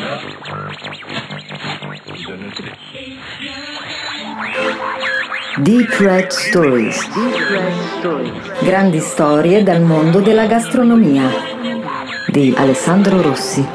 Deep Red Stories. Grandi storie dal mondo della gastronomia di Alessandro Rossi.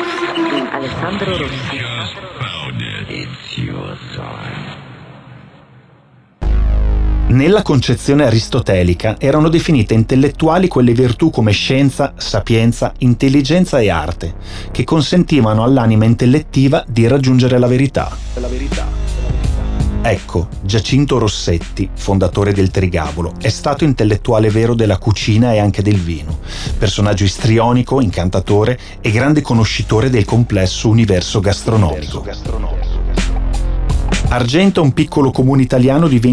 Nella concezione aristotelica erano definite intellettuali quelle virtù come scienza, sapienza, intelligenza e arte, che consentivano all'anima intellettiva di raggiungere la verità. Ecco, Giacinto Rossetti, fondatore del Trigavolo, è stato intellettuale vero della cucina e anche del vino, personaggio istrionico, incantatore e grande conoscitore del complesso universo gastronomico. Argenta è un piccolo comune italiano di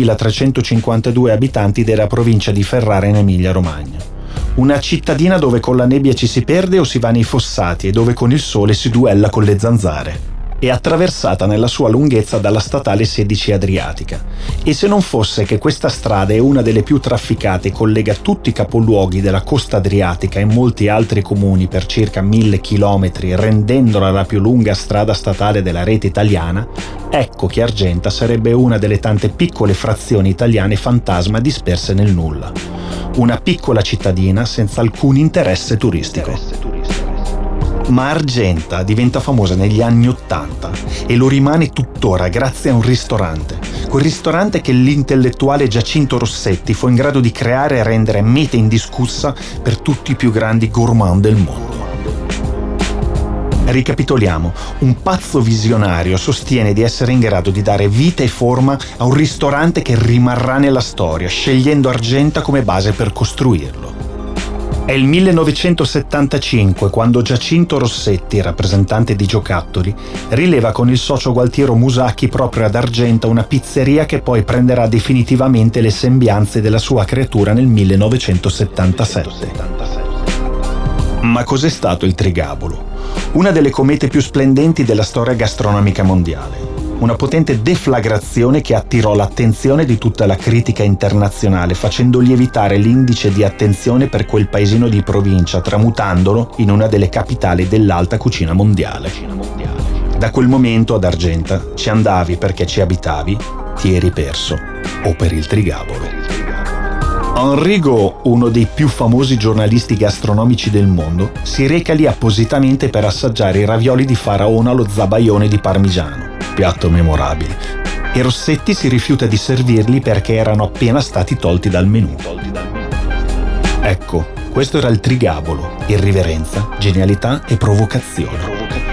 21.352 abitanti della provincia di Ferrara in Emilia-Romagna. Una cittadina dove con la nebbia ci si perde o si va nei fossati e dove con il sole si duella con le zanzare. È attraversata nella sua lunghezza dalla statale 16 Adriatica e se non fosse che questa strada è una delle più trafficate e collega tutti i capoluoghi della costa adriatica e molti altri comuni per circa 1.000 chilometri, rendendola la più lunga strada statale della rete italiana, ecco che Argenta sarebbe una delle tante piccole frazioni italiane fantasma disperse nel nulla. Una piccola cittadina senza alcun interesse turistico. Ma Argenta diventa famosa negli anni '80 e lo rimane tuttora grazie a un ristorante. Quel ristorante che l'intellettuale Giacinto Rossetti fu in grado di creare e rendere meta indiscussa per tutti i più grandi gourmand del mondo. Ricapitoliamo, un pazzo visionario sostiene di essere in grado di dare vita e forma a un ristorante che rimarrà nella storia, scegliendo Argenta come base per costruirlo. È il 1975 quando Giacinto Rossetti, rappresentante di Giocattoli, rileva con il socio Gualtiero Musacchi proprio ad Argenta una pizzeria che poi prenderà definitivamente le sembianze della sua creatura nel 1977. Ma cos'è stato il Trigavolo? Una delle comete più splendenti della storia gastronomica mondiale. Una potente deflagrazione che attirò l'attenzione di tutta la critica internazionale, facendo lievitare l'indice di attenzione per quel paesino di provincia, tramutandolo in una delle capitali dell'alta cucina mondiale. Da quel momento ad Argenta ci andavi perché ci abitavi, ti eri perso, o per il Trigavolo. Henri Gault, uno dei più famosi giornalisti gastronomici del mondo, si reca lì appositamente per assaggiare i ravioli di faraona allo zabaione di parmigiano. Piatto memorabile, e Rossetti si rifiuta di servirli perché erano appena stati tolti dal menù. Ecco, questo era il Trigavolo: irriverenza, genialità e provocazione.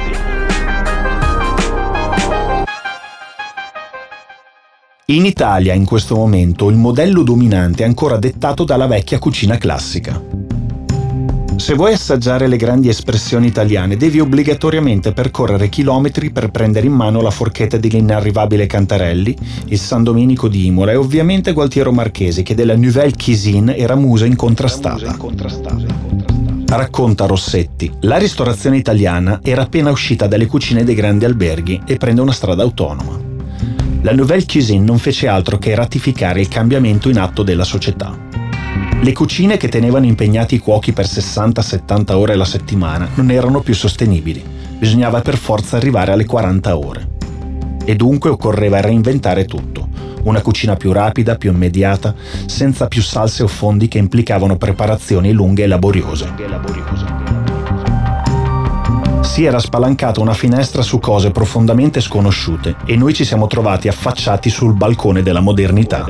In Italia, in questo momento, il modello dominante è ancora dettato dalla vecchia cucina classica. Se vuoi assaggiare le grandi espressioni italiane, devi obbligatoriamente percorrere chilometri per prendere in mano la forchetta dell'inarrivabile Cantarelli, il San Domenico di Imola e ovviamente Gualtiero Marchesi, che della Nouvelle Cuisine era musa incontrastata. Racconta Rossetti, la ristorazione italiana era appena uscita dalle cucine dei grandi alberghi e prende una strada autonoma. La Nouvelle Cuisine non fece altro che ratificare il cambiamento in atto della società. Le cucine che tenevano impegnati i cuochi per 60-70 ore alla settimana non erano più sostenibili, bisognava per forza arrivare alle 40 ore. E dunque occorreva reinventare tutto, una cucina più rapida, più immediata, senza più salse o fondi che implicavano preparazioni lunghe e laboriose. Si era spalancata una finestra su cose profondamente sconosciute e noi ci siamo trovati affacciati sul balcone della modernità.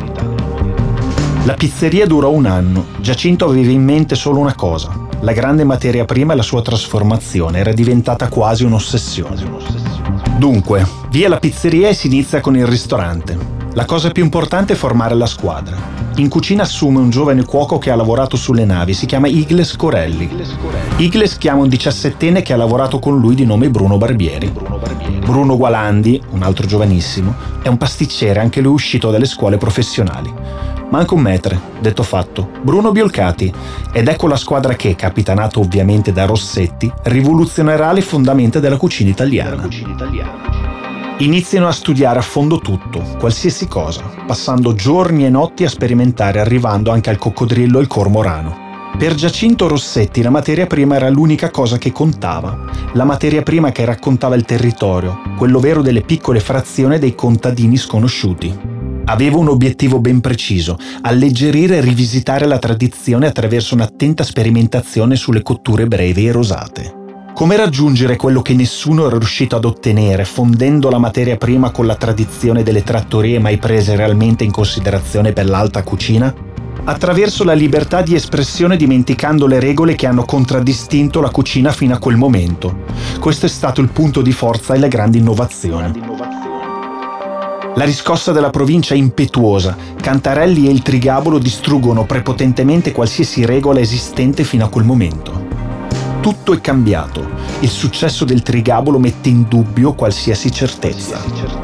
La pizzeria durò 1 anno. Giacinto aveva in mente solo una cosa: la grande materia prima e la sua trasformazione. Era diventata quasi un'ossessione. Dunque, via la pizzeria e si inizia con il ristorante. La cosa più importante è formare la squadra. In cucina assume un giovane cuoco che ha lavorato sulle navi, si chiama Igles Corelli. Igles chiama un 17enne che ha lavorato con lui di nome Bruno Barbieri. Bruno Gualandi, un altro giovanissimo, è un pasticcere, anche lui uscito dalle scuole professionali. Manca un maître, detto fatto, Bruno Biolcati, ed ecco la squadra che, capitanato ovviamente da Rossetti, rivoluzionerà le fondamenta della cucina italiana. Iniziano a studiare a fondo tutto, qualsiasi cosa, passando giorni e notti a sperimentare, arrivando anche al coccodrillo e al cormorano. Per Giacinto Rossetti la materia prima era l'unica cosa che contava, la materia prima che raccontava il territorio, quello vero delle piccole frazioni dei contadini sconosciuti. Aveva un obiettivo ben preciso: alleggerire e rivisitare la tradizione attraverso un'attenta sperimentazione sulle cotture brevi e rosate. Come raggiungere quello che nessuno era riuscito ad ottenere, fondendo la materia prima con la tradizione delle trattorie mai prese realmente in considerazione per l'alta cucina? Attraverso la libertà di espressione, dimenticando le regole che hanno contraddistinto la cucina fino a quel momento. Questo è stato il punto di forza e la grande innovazione. La riscossa della provincia è impetuosa. Cantarelli e il Trigabolo distruggono prepotentemente qualsiasi regola esistente fino a quel momento. Tutto è cambiato. Il successo del Trigabolo mette in dubbio qualsiasi certezza.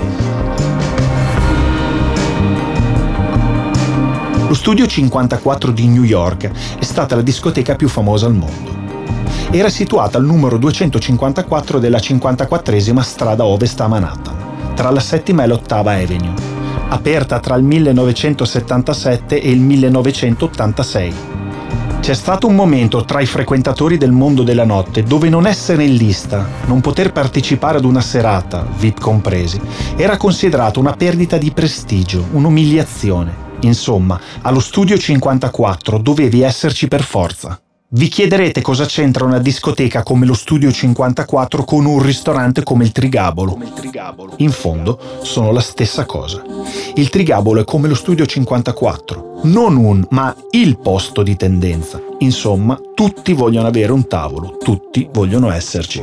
Lo Studio 54 di New York è stata la discoteca più famosa al mondo. Era situata al numero 254 della 54esima strada ovest a Manhattan, tra la 7ª e l'8ª Avenue, aperta tra il 1977 e il 1986. C'è stato un momento tra i frequentatori del mondo della notte dove non essere in lista, non poter partecipare ad una serata, VIP compresi, era considerato una perdita di prestigio, un'umiliazione. Insomma, allo Studio 54 dovevi esserci per forza. Vi chiederete cosa c'entra una discoteca come lo Studio 54 con un ristorante come il Trigabolo. In fondo, sono la stessa cosa. Il Trigabolo è come lo Studio 54, non un, ma il posto di tendenza. Insomma, tutti vogliono avere un tavolo, tutti vogliono esserci.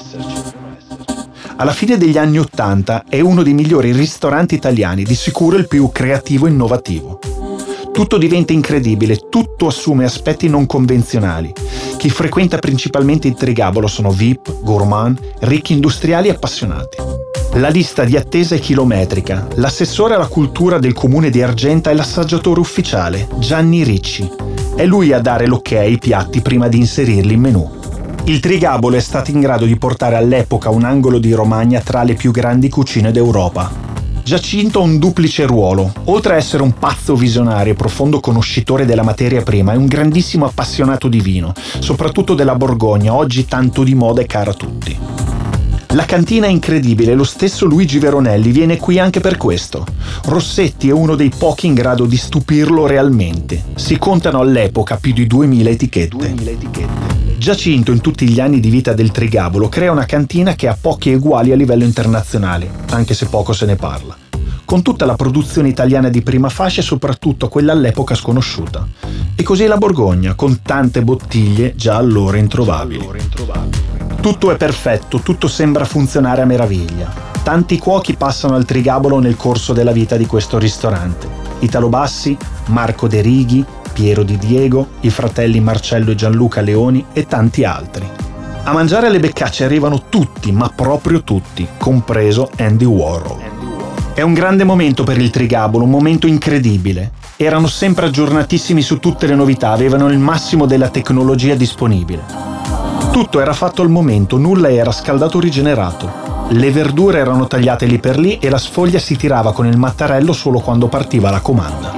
Alla fine degli anni '80 è uno dei migliori ristoranti italiani, di sicuro il più creativo e innovativo. Tutto diventa incredibile, tutto assume aspetti non convenzionali. Chi frequenta principalmente il Trigabolo sono VIP, gourmand, ricchi industriali e appassionati. La lista di attesa è chilometrica. L'assessore alla cultura del comune di Argenta è l'assaggiatore ufficiale, Gianni Ricci. È lui a dare l'ok ai piatti prima di inserirli in menù. Il Trigabolo è stato in grado di portare all'epoca un angolo di Romagna tra le più grandi cucine d'Europa. Giacinto ha un duplice ruolo. Oltre a essere un pazzo visionario e profondo conoscitore della materia prima, è un grandissimo appassionato di vino, soprattutto della Borgogna, oggi tanto di moda e cara a tutti. La cantina è incredibile, lo stesso Luigi Veronelli viene qui anche per questo. Rossetti è uno dei pochi in grado di stupirlo realmente. Si contano all'epoca più di 2000 etichette. Giacinto, in tutti gli anni di vita del Trigabolo, crea una cantina che ha pochi eguali a livello internazionale, anche se poco se ne parla, con tutta la produzione italiana di prima fascia e soprattutto quella all'epoca sconosciuta. E così la Borgogna, con tante bottiglie già allora introvabili. Tutto è perfetto, tutto sembra funzionare a meraviglia. Tanti cuochi passano al Trigabolo nel corso della vita di questo ristorante. Italo Bassi, Marco De Righi, Piero Di Diego, i fratelli Marcello e Gianluca Leoni e tanti altri. A mangiare alle beccacce arrivano tutti, ma proprio tutti, compreso Andy Warhol. È un grande momento per il Trigabolo, un momento incredibile. Erano sempre aggiornatissimi su tutte le novità, avevano il massimo della tecnologia disponibile. Tutto era fatto al momento, nulla era scaldato o rigenerato. Le verdure erano tagliate lì per lì e la sfoglia si tirava con il mattarello solo quando partiva la comanda.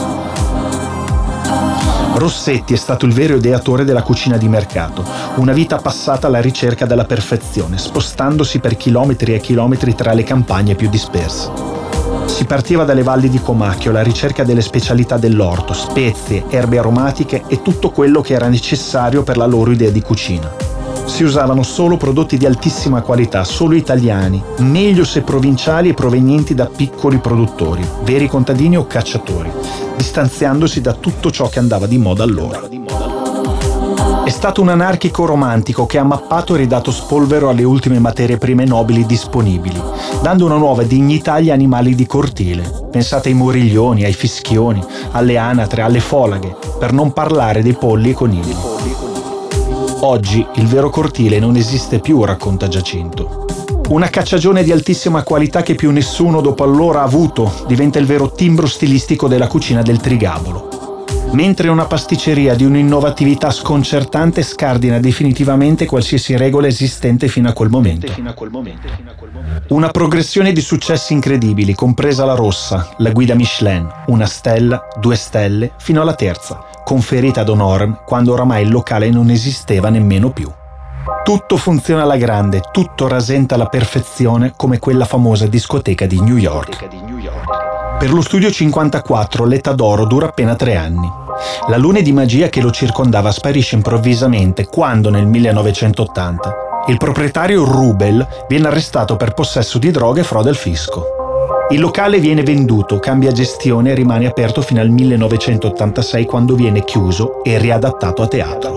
Rossetti è stato il vero ideatore della cucina di mercato, una vita passata alla ricerca della perfezione, spostandosi per chilometri e chilometri tra le campagne più disperse. Si partiva dalle valli di Comacchio alla ricerca delle specialità dell'orto, spezie, erbe aromatiche e tutto quello che era necessario per la loro idea di cucina. Si usavano solo prodotti di altissima qualità, solo italiani, meglio se provinciali e provenienti da piccoli produttori, veri contadini o cacciatori, distanziandosi da tutto ciò che andava di moda allora. È stato un anarchico romantico che ha mappato e ridato spolvero alle ultime materie prime nobili disponibili, dando una nuova dignità agli animali di cortile. Pensate ai moriglioni, ai fischioni, alle anatre, alle folaghe, per non parlare dei polli e conigli. Oggi il vero cortile non esiste più, racconta Giacinto. Una cacciagione di altissima qualità che più nessuno dopo allora ha avuto diventa il vero timbro stilistico della cucina del Trigabolo. mentre una pasticceria di un'innovatività sconcertante scardina definitivamente qualsiasi regola esistente fino a quel momento. Una progressione di successi incredibili, compresa la rossa, la guida Michelin, 1 stella, 2 stelle, fino alla terza, conferita ad Honorem quando oramai il locale non esisteva nemmeno più. Tutto funziona alla grande, tutto rasenta alla perfezione come quella famosa discoteca di New York. Per lo studio 54 l'età d'oro dura appena 3 anni. La luna di magia che lo circondava sparisce improvvisamente quando nel 1980 il proprietario Rubel viene arrestato per possesso di droga e frode al fisco. Il locale viene venduto, cambia gestione e rimane aperto fino al 1986 quando viene chiuso e riadattato a teatro.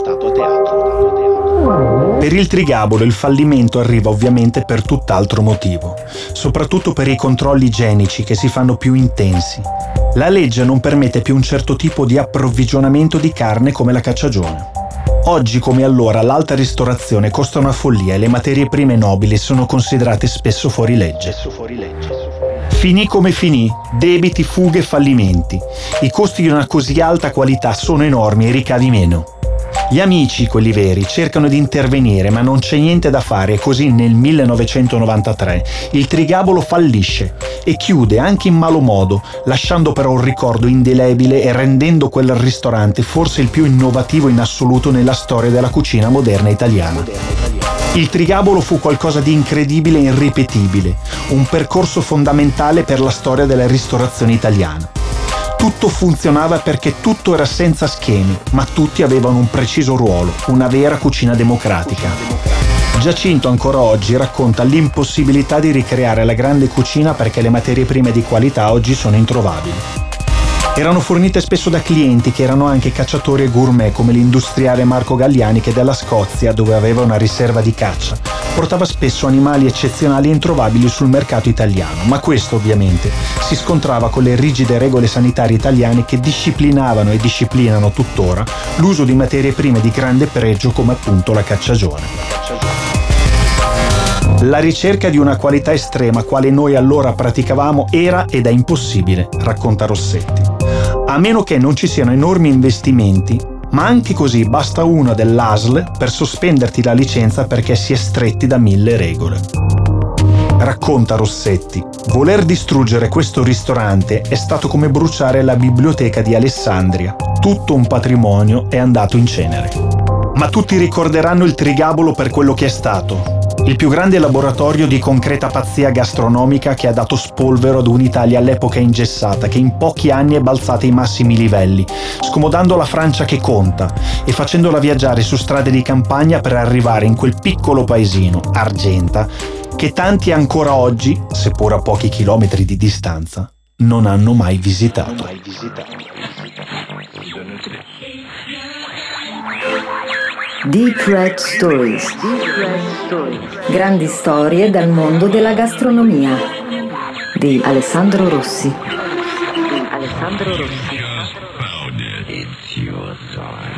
Per il Trigabolo il fallimento arriva ovviamente per tutt'altro motivo, soprattutto per i controlli igienici che si fanno più intensi. La legge non permette più un certo tipo di approvvigionamento di carne come la cacciagione. Oggi come allora l'alta ristorazione costa una follia e le materie prime nobili sono considerate spesso fuori legge. Finì come finì, debiti, fughe e fallimenti. I costi di una così alta qualità sono enormi e i ricavi meno. Gli amici, quelli veri, cercano di intervenire ma non c'è niente da fare e così nel 1993 il Trigabolo fallisce e chiude anche in malo modo, lasciando però un ricordo indelebile e rendendo quel ristorante forse il più innovativo in assoluto nella storia della cucina moderna italiana. Il Trigabolo fu qualcosa di incredibile e irripetibile, un percorso fondamentale per la storia della ristorazione italiana. Tutto funzionava perché tutto era senza schemi, ma tutti avevano un preciso ruolo, una vera cucina democratica. Giacinto ancora oggi racconta l'impossibilità di ricreare la grande cucina perché le materie prime di qualità oggi sono introvabili. Erano fornite spesso da clienti che erano anche cacciatori e gourmet come l'industriale Marco Galliani che dalla Scozia, dove aveva una riserva di caccia, portava spesso animali eccezionali e introvabili sul mercato italiano, ma questo ovviamente si scontrava con le rigide regole sanitarie italiane che disciplinavano e disciplinano tuttora l'uso di materie prime di grande pregio come appunto la cacciagione. La ricerca di una qualità estrema, quale noi allora praticavamo, era ed è impossibile, racconta Rossetti. A meno che non ci siano enormi investimenti, ma anche così basta una dell'ASL per sospenderti la licenza perché si è stretti da 1000 regole. Racconta Rossetti, voler distruggere questo ristorante è stato come bruciare la biblioteca di Alessandria. Tutto un patrimonio è andato in cenere. Ma tutti ricorderanno il Trigabolo per quello che è stato. Il più grande laboratorio di concreta pazzia gastronomica che ha dato spolvero ad un'Italia all'epoca ingessata, che in pochi anni è balzata ai massimi livelli, scomodando la Francia che conta e facendola viaggiare su strade di campagna per arrivare in quel piccolo paesino, Argenta, che tanti ancora oggi, seppur a pochi chilometri di distanza, non hanno mai visitato. Deep Red Stories. Grandi storie dal mondo della gastronomia di Alessandro Rossi. It's your time.